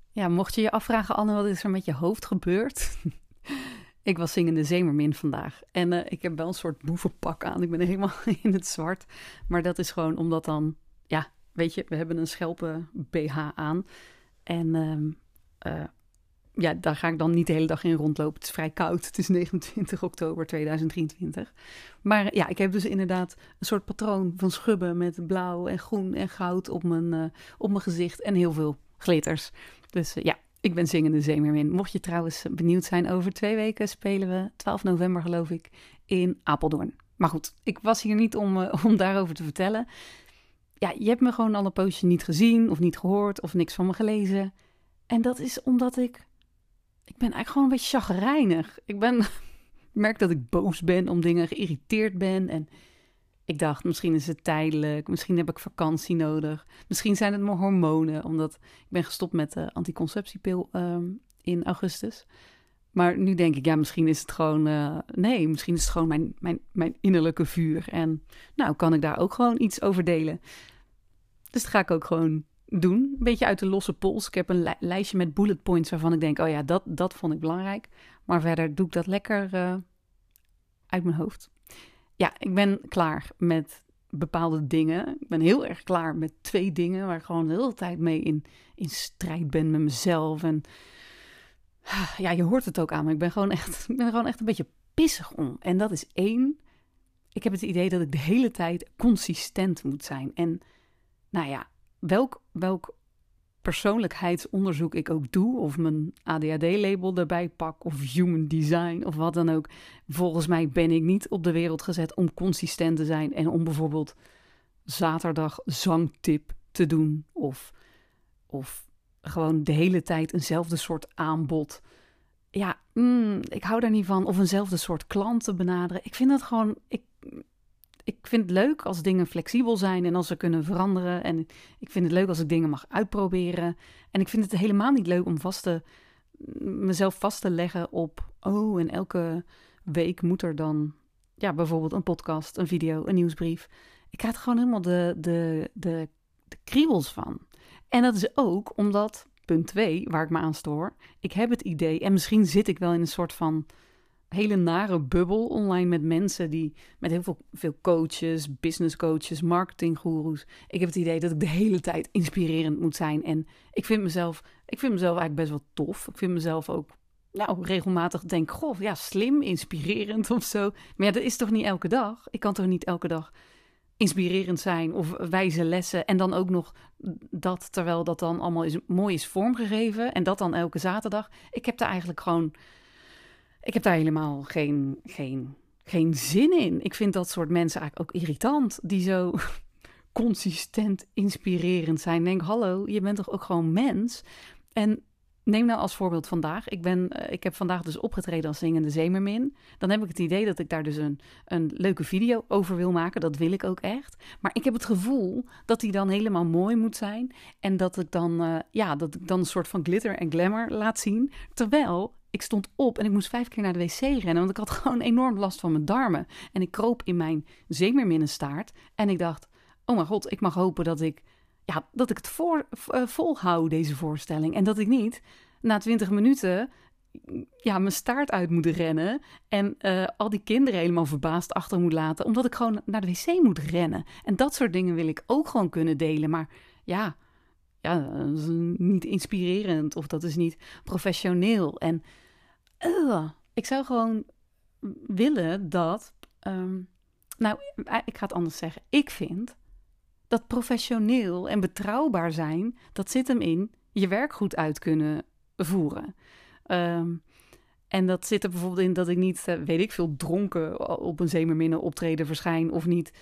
Ja, mocht je je afvragen, Anne, wat is er met je hoofd gebeurd? Ik was zingende zeemermin vandaag. En ik heb wel een soort boevenpak aan. Ik ben helemaal in het zwart. Maar dat is gewoon omdat dan... Ja, weet je, we hebben een schelpen BH aan. En eh, ja, daar ga ik dan niet de hele dag in rondlopen. Het is vrij koud. Het is 29 oktober 2023. Maar ja, ik heb dus inderdaad een soort patroon van schubben met blauw en groen en goud op mijn gezicht. En heel veel glitters. Dus ja, ik ben zingende zeemeermin. Mocht je trouwens benieuwd zijn, over 2 weken spelen we, 12 november geloof ik, in Apeldoorn. Maar goed, ik was hier niet om daarover te vertellen. Ja, je hebt me gewoon al een poosje niet gezien of niet gehoord of niks van me gelezen. En dat is omdat ik ben eigenlijk gewoon een beetje chagrijnig. Ik merk dat ik boos ben om dingen, geïrriteerd ben. En ik dacht, misschien is het tijdelijk. Misschien heb ik vakantie nodig. Misschien zijn het mijn hormonen. Omdat ik ben gestopt met de anticonceptiepil in augustus. Maar nu denk ik, ja, misschien is het gewoon... nee, misschien is het gewoon mijn innerlijke vuur. En nou, kan ik daar ook gewoon iets over delen. Dus dat ga ik ook gewoon doen. Een beetje uit de losse pols. Ik heb een lijstje met bullet points waarvan ik denk... oh ja, dat vond ik belangrijk. Maar verder doe ik dat lekker uit mijn hoofd. Ja, ik ben klaar met bepaalde dingen. Ik ben heel erg klaar met 2 dingen... waar ik gewoon de hele tijd mee in strijd ben met mezelf. En ja, je hoort het ook aan me. Ik ben er gewoon echt een beetje pissig om. En dat is 1. Ik heb het idee dat ik de hele tijd consistent moet zijn. En nou ja, welk persoonlijkheidsonderzoek ik ook doe, of mijn ADHD-label erbij pak, of human design, of wat dan ook. Volgens mij ben ik niet op de wereld gezet om consistent te zijn en om bijvoorbeeld zaterdag zangtip te doen, of gewoon de hele tijd eenzelfde soort aanbod. Ja, ik hou daar niet van. Of eenzelfde soort klant te benaderen. Ik vind dat gewoon... Ik vind het leuk als dingen flexibel zijn en als ze kunnen veranderen. En ik vind het leuk als ik dingen mag uitproberen. En ik vind het helemaal niet leuk om mezelf vast te leggen op... oh, en elke week moet er dan... ja, bijvoorbeeld een podcast, een video, een nieuwsbrief. Ik krijg er gewoon helemaal de kriebels van. En dat is ook omdat, punt 2, waar ik me aan stoor... ik heb het idee, en misschien zit ik wel in een soort van... hele nare bubbel online met mensen die... met heel veel coaches, business coaches, marketinggoeroes. Ik heb het idee dat ik de hele tijd inspirerend moet zijn. En ik vind mezelf eigenlijk best wel tof. Ik vind mezelf ook, nou, regelmatig denk... goh, ja, slim, inspirerend of zo. Maar ja, dat is toch niet elke dag? Ik kan toch niet elke dag inspirerend zijn of wijze lessen... en dan ook nog dat, terwijl dat dan allemaal mooi is vormgegeven... en dat dan elke zaterdag. Ik heb daar helemaal geen zin in. Ik vind dat soort mensen eigenlijk ook irritant... die zo consistent inspirerend zijn. Denk, hallo, je bent toch ook gewoon mens? En neem nou als voorbeeld vandaag. Ik heb vandaag dus opgetreden als zingende zeemermin. Dan heb ik het idee dat ik daar dus een leuke video over wil maken. Dat wil ik ook echt. Maar ik heb het gevoel dat die dan helemaal mooi moet zijn. En dat ik dan een soort van glitter en glamour laat zien. Terwijl... ik stond op en ik moest 5 keer naar de wc rennen... want ik had gewoon enorm last van mijn darmen. En ik kroop in mijn zeemeerminnenstaart... en ik dacht, oh mijn god, ik mag hopen dat ik het volhoud, deze voorstelling. En dat ik niet na 20 minuten mijn staart uit moet rennen... en al die kinderen helemaal verbaasd achter moet laten... omdat ik gewoon naar de wc moet rennen. En dat soort dingen wil ik ook gewoon kunnen delen. Maar ja, dat is niet inspirerend of dat is niet professioneel. En ik zou gewoon willen dat... ik ga het anders zeggen. Ik vind dat professioneel en betrouwbaar zijn... dat zit hem in je werk goed uit kunnen voeren. En dat zit er bijvoorbeeld in dat ik niet, weet ik veel, dronken... op een zeemerminnen optreden verschijn of niet...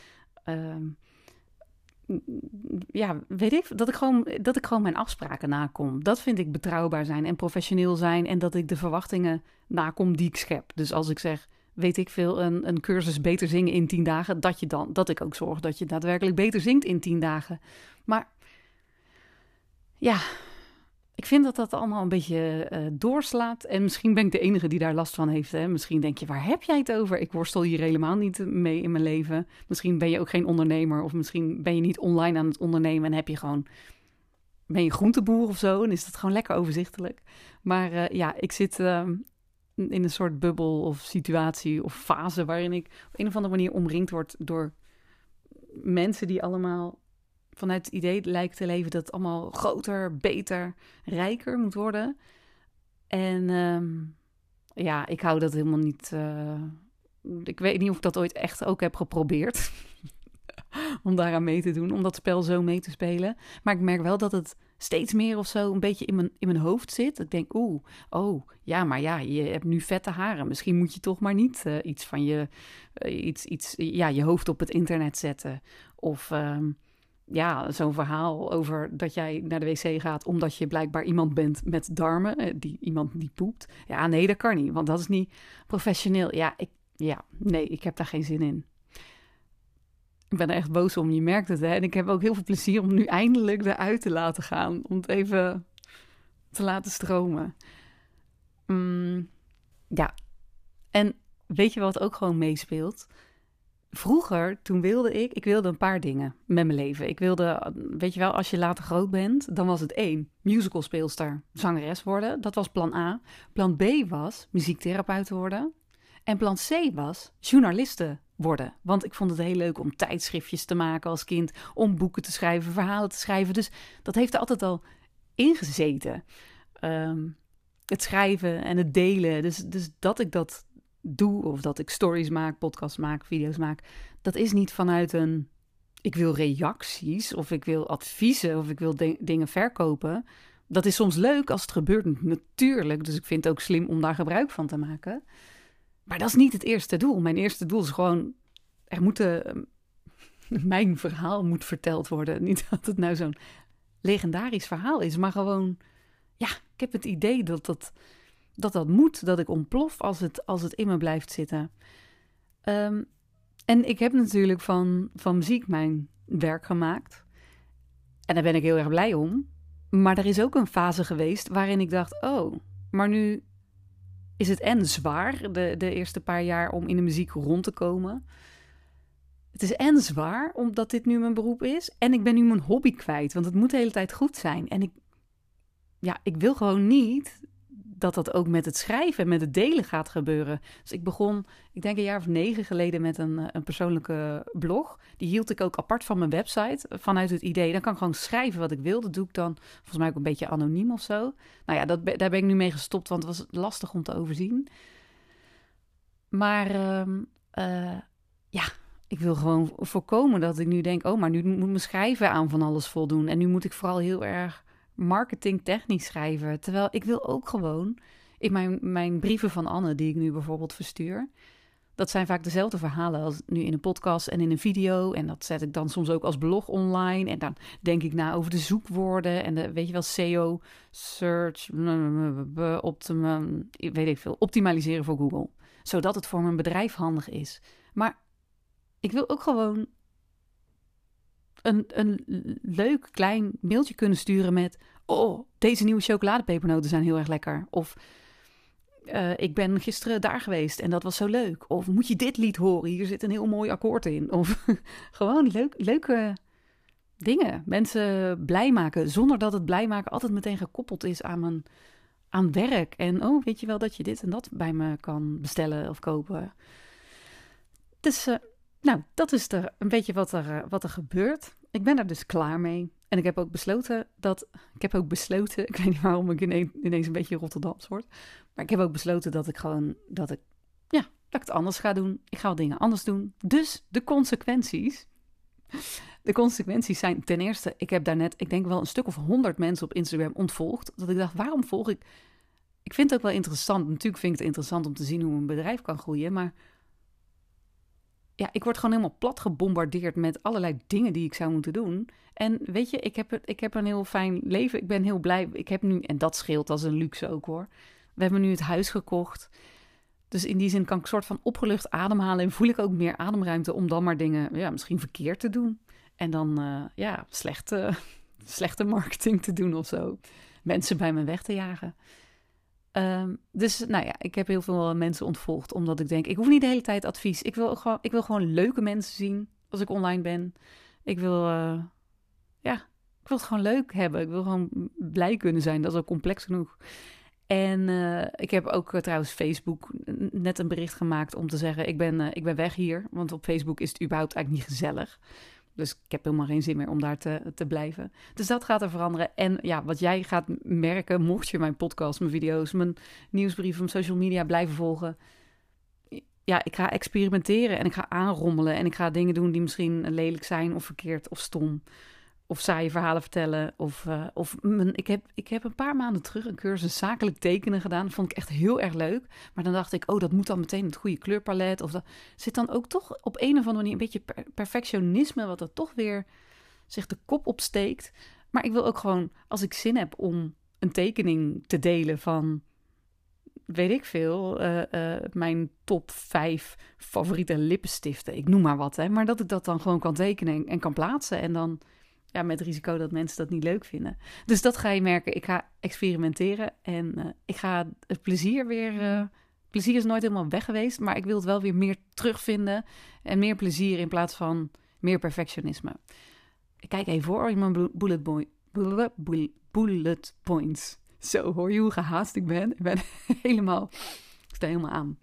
weet ik, dat ik gewoon mijn afspraken nakom. Dat vind ik betrouwbaar zijn en professioneel zijn... en dat ik de verwachtingen nakom die ik schep. Dus als ik zeg, weet ik veel, een cursus beter zingen in 10 dagen... dat ik ook zorg dat je daadwerkelijk beter zingt in 10 dagen. Maar ja, ik vind dat dat allemaal een beetje doorslaat. En misschien ben ik de enige die daar last van heeft. Hè? Misschien denk je, waar heb jij het over? Ik worstel hier helemaal niet mee in mijn leven. Misschien ben je ook geen ondernemer. Of misschien ben je niet online aan het ondernemen... en heb je gewoon ben je groenteboer of zo en is dat gewoon lekker overzichtelijk. Maar ik zit in een soort bubbel of situatie of fase waarin ik op een of andere manier omringd word door mensen die allemaal vanuit het idee lijken te leven dat het allemaal groter, beter, rijker moet worden. En ik hou dat helemaal niet. Ik weet niet of ik dat ooit echt ook heb geprobeerd. Om daaraan mee te doen, om dat spel zo mee te spelen. Maar ik merk wel dat het steeds meer of zo een beetje in mijn hoofd zit. Ik denk, je hebt nu vette haren. Misschien moet je toch maar niet iets van je hoofd op het internet zetten. Of zo'n verhaal over dat jij naar de wc gaat omdat je blijkbaar iemand bent met darmen. Iemand die poept. Ja, nee, dat kan niet, want dat is niet professioneel. Ik heb daar geen zin in. Ik ben er echt boos om, je merkt het, hè. En ik heb ook heel veel plezier om nu eindelijk eruit te laten gaan. Om het even te laten stromen. En weet je wat ook gewoon meespeelt? Vroeger, toen wilde ik wilde een paar dingen met mijn leven. Ik wilde, weet je wel, als je later groot bent, dan was het 1, musicalspeelster, zangeres worden. Dat was plan A. Plan B was muziektherapeut worden. En plan C was journaliste worden. Want ik vond het heel leuk om tijdschriftjes te maken als kind, om boeken te schrijven, verhalen te schrijven. Dus dat heeft er altijd al ingezeten. Het schrijven en het delen. Dus dat ik dat doe, of dat ik stories maak, podcasts maak, video's maak, dat is niet vanuit een ik wil reacties, of ik wil adviezen, of ik wil dingen verkopen. Dat is soms leuk als het gebeurt, natuurlijk. Dus ik vind het ook slim om daar gebruik van te maken. Maar dat is niet het eerste doel. Mijn eerste doel is gewoon, mijn verhaal moet verteld worden. Niet dat het nou zo'n legendarisch verhaal is, maar gewoon, ik heb het idee dat moet, dat ik ontplof als het in me blijft zitten. En ik heb natuurlijk van muziek mijn werk gemaakt. En daar ben ik heel erg blij om. Maar er is ook een fase geweest waarin ik dacht, maar nu is het en zwaar, de eerste paar jaar om in de muziek rond te komen. Het is en zwaar, omdat dit nu mijn beroep is. En ik ben nu mijn hobby kwijt, want het moet de hele tijd goed zijn. En ik wil gewoon niet dat ook met het schrijven en met het delen gaat gebeuren. Dus ik begon, ik denk een jaar of 9 geleden met een persoonlijke blog. Die hield ik ook apart van mijn website, vanuit het idee, dan kan ik gewoon schrijven wat ik wil. Dat doe ik dan volgens mij ook een beetje anoniem of zo. Nou ja, daar ben ik nu mee gestopt, want het was lastig om te overzien. Maar ik wil gewoon voorkomen dat ik nu denk, maar nu moet mijn schrijven aan van alles voldoen. En nu moet ik vooral heel erg marketingtechnisch schrijven. Terwijl ik wil ook gewoon in mijn brieven van Anne, die ik nu bijvoorbeeld verstuur, dat zijn vaak dezelfde verhalen als nu in een podcast en in een video. En dat zet ik dan soms ook als blog online. En dan denk ik na over de zoekwoorden en de, weet je wel, SEO, search, optimaliseren voor Google. Zodat het voor mijn bedrijf handig is. Maar ik wil ook gewoon een leuk klein mailtje kunnen sturen met, deze nieuwe chocoladepepernoten zijn heel erg lekker. Of ik ben gisteren daar geweest en dat was zo leuk. Of moet je dit lied horen? Hier zit een heel mooi akkoord in. Of gewoon leuke dingen. Mensen blij maken, zonder dat het blij maken altijd meteen gekoppeld is aan werk. En weet je wel dat je dit en dat bij me kan bestellen of kopen. Dus dat is een beetje wat er gebeurt. Ik ben er dus klaar mee. En ik heb ook besloten, ik weet niet waarom ik ineens een beetje Rotterdams word. Maar ik heb ook besloten dat ik het anders ga doen. Ik ga wat dingen anders doen. Dus de consequenties zijn ten eerste, ik heb daarnet, ik denk wel een stuk of 100 mensen op Instagram ontvolgd. Dat ik dacht, waarom volg ik? Ik vind het ook wel interessant. Natuurlijk vind ik het interessant om te zien hoe een bedrijf kan groeien. Maar ik word gewoon helemaal plat gebombardeerd met allerlei dingen die ik zou moeten doen. En weet je, ik heb een heel fijn leven. Ik ben heel blij. Ik heb nu, en dat scheelt als een luxe ook hoor. We hebben nu het huis gekocht. Dus in die zin kan ik soort van opgelucht ademhalen. En voel ik ook meer ademruimte om dan maar dingen misschien verkeerd te doen. En dan slechte marketing te doen of zo. Mensen bij me weg te jagen. Dus ik heb heel veel mensen ontvolgd, omdat ik denk, ik hoef niet de hele tijd advies. Ik wil gewoon leuke mensen zien als ik online ben. Ik wil Ik wil het gewoon leuk hebben. Ik wil gewoon blij kunnen zijn. Dat is ook complex genoeg. En ik heb ook trouwens Facebook net een bericht gemaakt om te zeggen... ik ben weg hier, want op Facebook is het überhaupt eigenlijk niet gezellig. Dus ik heb helemaal geen zin meer om daar te blijven. Dus dat gaat er veranderen. En ja, wat jij gaat merken, mocht je mijn podcast, mijn video's, mijn nieuwsbrieven, mijn social media blijven volgen... Ja, ik ga experimenteren en ik ga aanrommelen en ik ga dingen doen die misschien lelijk zijn of verkeerd of stom. Of saaie verhalen vertellen. Ik heb een paar maanden terug een cursus zakelijk tekenen gedaan. Dat vond ik echt heel erg leuk. Maar dan dacht ik, dat moet dan meteen het goede kleurpalet. Of dat zit dan ook toch op een of andere manier een beetje perfectionisme, wat er toch weer zich de kop opsteekt. Maar ik wil ook gewoon, als ik zin heb om een tekening te delen van, weet ik veel, mijn top 5 favoriete lippenstiften. Ik noem maar wat, hè. Maar dat ik dat dan gewoon kan tekenen en kan plaatsen. En dan, ja, met risico dat mensen dat niet leuk vinden. Dus dat ga je merken. Ik ga experimenteren en ik ga het plezier weer... plezier is nooit helemaal weg geweest, maar ik wil het wel weer meer terugvinden. En meer plezier in plaats van meer perfectionisme. Ik kijk even voor in mijn bullet points. Zo, hoor je hoe gehaast ik ben? Ik sta helemaal aan.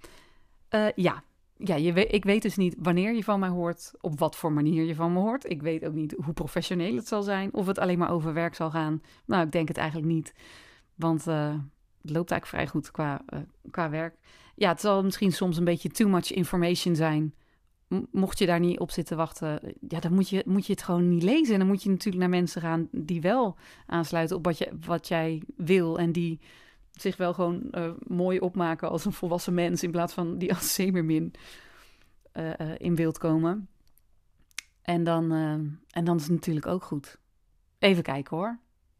Ik weet dus niet wanneer je van mij hoort, op wat voor manier je van me hoort. Ik weet ook niet hoe professioneel het zal zijn, of het alleen maar over werk zal gaan. Nou, ik denk het eigenlijk niet, want het loopt eigenlijk vrij goed qua werk. Ja, het zal misschien soms een beetje too much information zijn. Mocht je daar niet op zitten wachten, ja, dan moet je het gewoon niet lezen. En dan moet je natuurlijk naar mensen gaan die wel aansluiten op wat jij wil en die zich wel gewoon mooi opmaken als een volwassen mens in plaats van die als zeemermin in beeld komen. En dan is het natuurlijk ook goed. Even kijken hoor.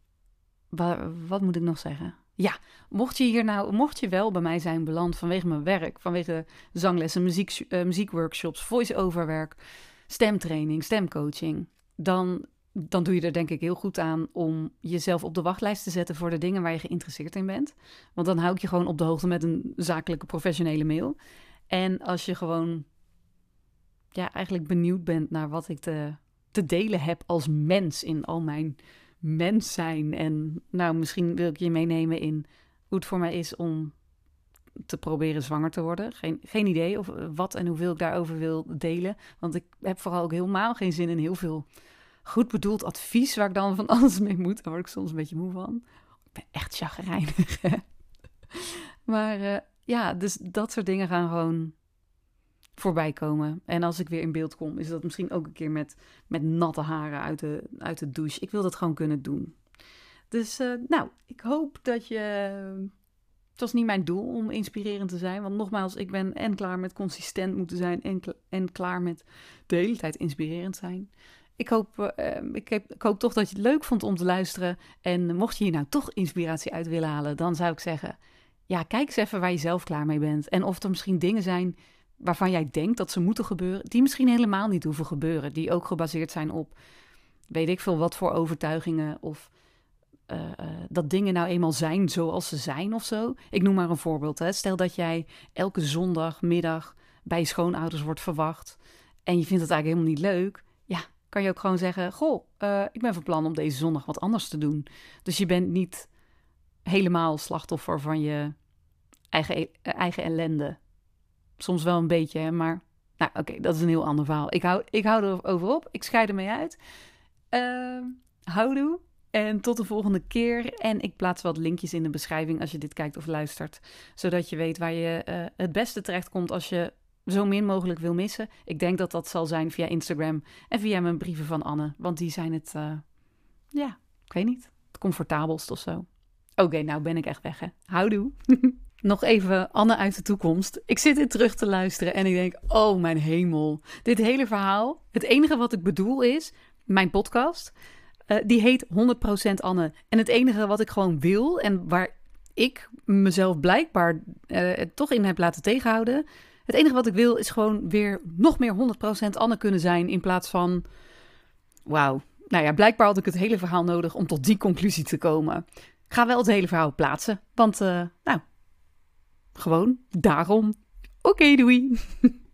Wat moet ik nog zeggen? Ja, mocht je wel bij mij zijn beland vanwege mijn werk, vanwege zanglessen, muziekworkshops, voice-over werk, stemtraining, stemcoaching, dan doe je er denk ik heel goed aan om jezelf op de wachtlijst te zetten voor de dingen waar je geïnteresseerd in bent. Want dan hou ik je gewoon op de hoogte met een zakelijke professionele mail. En als je gewoon eigenlijk benieuwd bent naar wat ik te delen heb als mens in al mijn mens zijn. En nou, misschien wil ik je meenemen in hoe het voor mij is om te proberen zwanger te worden. Geen idee of wat en hoeveel ik daarover wil delen. Want ik heb vooral ook helemaal geen zin in heel veel goed bedoeld advies waar ik dan van alles mee moet. Daar word ik soms een beetje moe van. Ik ben echt chagrijnig. Maar dus dat soort dingen gaan gewoon voorbij komen. En als ik weer in beeld kom, is dat misschien ook een keer met natte haren uit de douche. Ik wil dat gewoon kunnen doen. Dus ik hoop dat je... Het was niet mijn doel om inspirerend te zijn. Want nogmaals, ik ben en klaar met consistent moeten zijn en klaar met de hele tijd inspirerend zijn. Ik hoop toch dat je het leuk vond om te luisteren. En mocht je hier nou toch inspiratie uit willen halen, dan zou ik zeggen, ja, kijk eens even waar je zelf klaar mee bent. En of er misschien dingen zijn waarvan jij denkt dat ze moeten gebeuren, die misschien helemaal niet hoeven gebeuren. Die ook gebaseerd zijn op, weet ik veel, wat voor overtuigingen of dat dingen nou eenmaal zijn zoals ze zijn of zo. Ik noem maar een voorbeeld. Hè. Stel dat jij elke zondagmiddag bij je schoonouders wordt verwacht en je vindt het eigenlijk helemaal niet leuk. Ja, kan je ook gewoon zeggen, goh, ik ben van plan om deze zondag wat anders te doen. Dus je bent niet helemaal slachtoffer van je eigen ellende. Soms wel een beetje, hè, maar nou, oké, dat is een heel ander verhaal. Ik hou erover op. Ik scheid ermee uit. Houdoe. En tot de volgende keer. En ik plaats wat linkjes in de beschrijving als je dit kijkt of luistert. Zodat je weet waar je het beste terechtkomt als je zo min mogelijk wil missen. Ik denk dat dat zal zijn via Instagram en via mijn brieven van Anne. Want die zijn het, ik weet niet, het comfortabelst of zo. Oké, nou ben ik echt weg, hè. Houdoe. Nog even Anne uit de toekomst. Ik zit dit terug te luisteren en ik denk, oh mijn hemel. Dit hele verhaal, het enige wat ik bedoel is, mijn podcast, die heet 100% Anne. En het enige wat ik gewoon wil en waar ik mezelf blijkbaar toch in heb laten tegenhouden, het enige wat ik wil is gewoon weer nog meer 100% Anne kunnen zijn in plaats van, wauw. Nou ja, blijkbaar had ik het hele verhaal nodig om tot die conclusie te komen. Ik ga wel het hele verhaal plaatsen, want gewoon daarom. Oké, doei.